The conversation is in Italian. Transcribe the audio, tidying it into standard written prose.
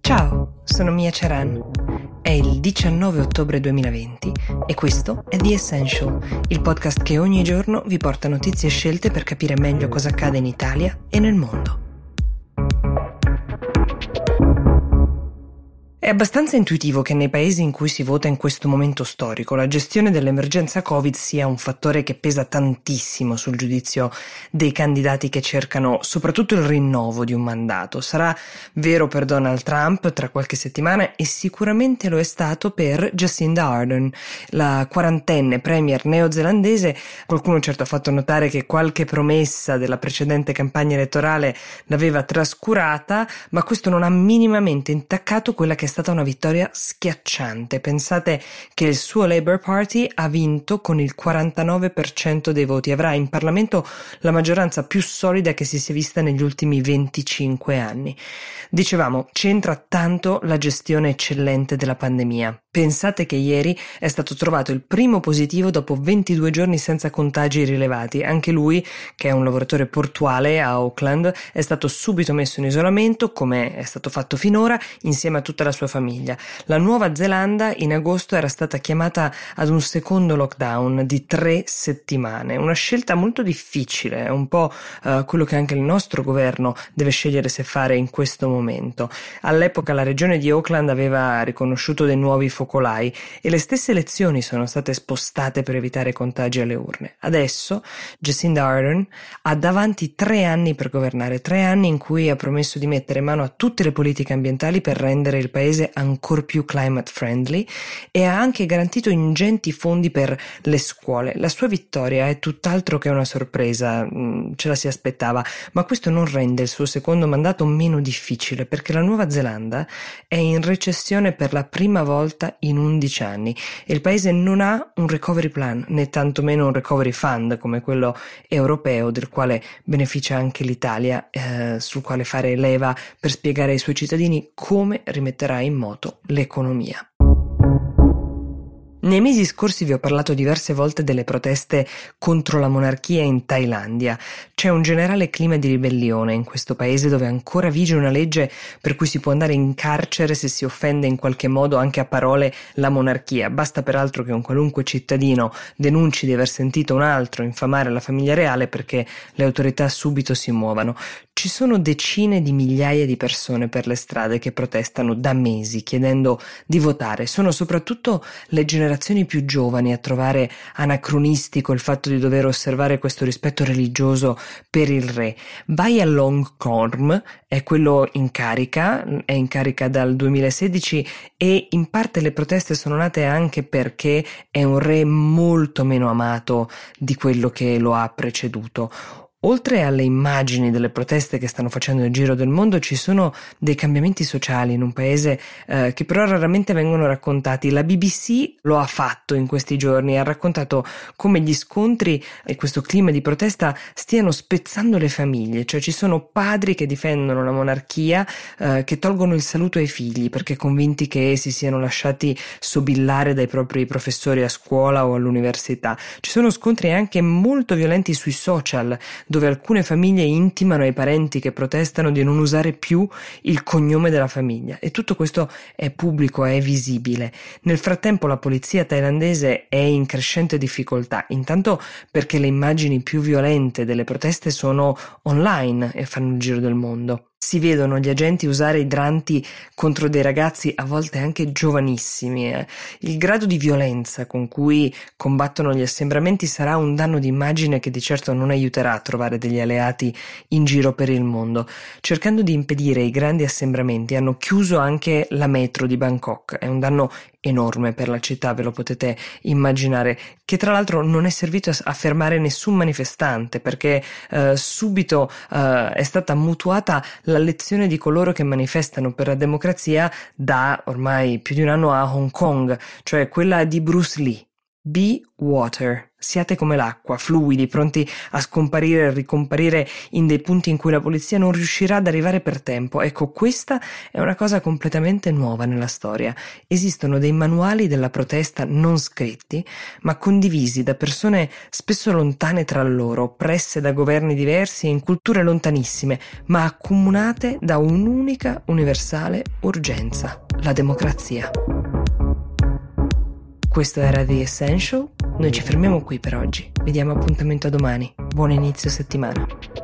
Ciao, sono Mia Ceran. È il 19 ottobre 2020 e questo è The Essential, il podcast che ogni giorno vi porta notizie scelte per capire meglio cosa accade in Italia e nel mondo. È abbastanza intuitivo che nei paesi in cui si vota in questo momento storico la gestione dell'emergenza Covid sia un fattore che pesa tantissimo sul giudizio dei candidati che cercano soprattutto il rinnovo di un mandato. Sarà vero per Donald Trump tra qualche settimana e sicuramente lo è stato per Jacinda Ardern, la quarantenne premier neozelandese. Qualcuno certo ha fatto notare che qualche promessa della precedente campagna elettorale l'aveva trascurata, ma questo non ha minimamente intaccato quella che è stata una vittoria schiacciante. Pensate che il suo Labour Party ha vinto con il 49% dei voti, avrà in Parlamento la maggioranza più solida che si sia vista negli ultimi 25 anni. Dicevamo, c'entra tanto la gestione eccellente della pandemia. Pensate che ieri è stato trovato il primo positivo dopo 22 giorni senza contagi rilevati. Anche lui, che è un lavoratore portuale a Auckland, è stato subito messo in isolamento, come è stato fatto finora, insieme a tutta la sua famiglia. La Nuova Zelanda in agosto era stata chiamata ad un secondo lockdown di 3 settimane. Una scelta molto difficile, è un po' quello che anche il nostro governo deve scegliere se fare in questo momento. All'epoca la regione di Auckland aveva riconosciuto dei nuovi focolai e le stesse elezioni sono state spostate per evitare contagi alle urne. Adesso Jacinda Ardern ha davanti 3 anni per governare, 3 anni in cui ha promesso di mettere mano a tutte le politiche ambientali per rendere il paese ancor più climate friendly e ha anche garantito ingenti fondi per le scuole. La sua vittoria è tutt'altro che una sorpresa, ce la si aspettava, ma questo non rende il suo secondo mandato meno difficile, perché la Nuova Zelanda è in recessione per la prima volta in 11 anni e il paese non ha un recovery plan, né tantomeno un recovery fund come quello europeo del quale beneficia anche l'Italia, sul quale fare leva per spiegare ai suoi cittadini come rimetterà in moto l'economia. Nei mesi scorsi vi ho parlato diverse volte delle proteste contro la monarchia in Thailandia. C'è un generale clima di ribellione in questo paese dove ancora vige una legge per cui si può andare in carcere se si offende in qualche modo anche a parole la monarchia. Basta peraltro che un qualunque cittadino denunci di aver sentito un altro infamare la famiglia reale perché le autorità subito si muovano. Ci sono decine di migliaia di persone per le strade che protestano da mesi chiedendo di votare. Sono soprattutto le generazioni più giovani a trovare anacronistico il fatto di dover osservare questo rispetto religioso per il re. Vajiralongkorn è quello in carica, è in carica dal 2016 e in parte le proteste sono nate anche perché è un re molto meno amato di quello che lo ha preceduto. Oltre alle immagini delle proteste che stanno facendo il giro del mondo, ci sono dei cambiamenti sociali in un paese che però raramente vengono raccontati. La BBC lo ha fatto in questi giorni, ha raccontato come gli scontri e questo clima di protesta stiano spezzando le famiglie, cioè ci sono padri che difendono la monarchia, che tolgono il saluto ai figli perché convinti che si siano lasciati sobillare dai propri professori a scuola o all'università. Ci sono scontri anche molto violenti sui social, dove alcune famiglie intimano ai parenti che protestano di non usare più il cognome della famiglia e tutto questo è pubblico, è visibile. Nel frattempo la polizia thailandese è in crescente difficoltà, intanto perché le immagini più violente delle proteste sono online e fanno il giro del mondo. Si vedono gli agenti usare idranti contro dei ragazzi, a volte anche giovanissimi. Il grado di violenza con cui combattono gli assembramenti sarà un danno d'immagine che di certo non aiuterà a trovare degli alleati in giro per il mondo. Cercando di impedire i grandi assembramenti hanno chiuso anche la metro di Bangkok. È un danno enorme per la città, ve lo potete immaginare, che tra l'altro non è servito a fermare nessun manifestante perché subito è stata mutuata la lezione di coloro che manifestano per la democrazia da ormai più di un anno a Hong Kong, cioè quella di Bruce Lee. Be water. Siate come l'acqua, fluidi, pronti a scomparire e ricomparire in dei punti in cui la polizia non riuscirà ad arrivare per tempo. Ecco, questa è una cosa completamente nuova nella storia. Esistono dei manuali della protesta non scritti, ma condivisi da persone spesso lontane tra loro, oppresse da governi diversi e in culture lontanissime, ma accomunate da un'unica universale urgenza: la democrazia. Questo era The Essential. Noi ci fermiamo qui per oggi. Vi diamo appuntamento a domani. Buon inizio settimana.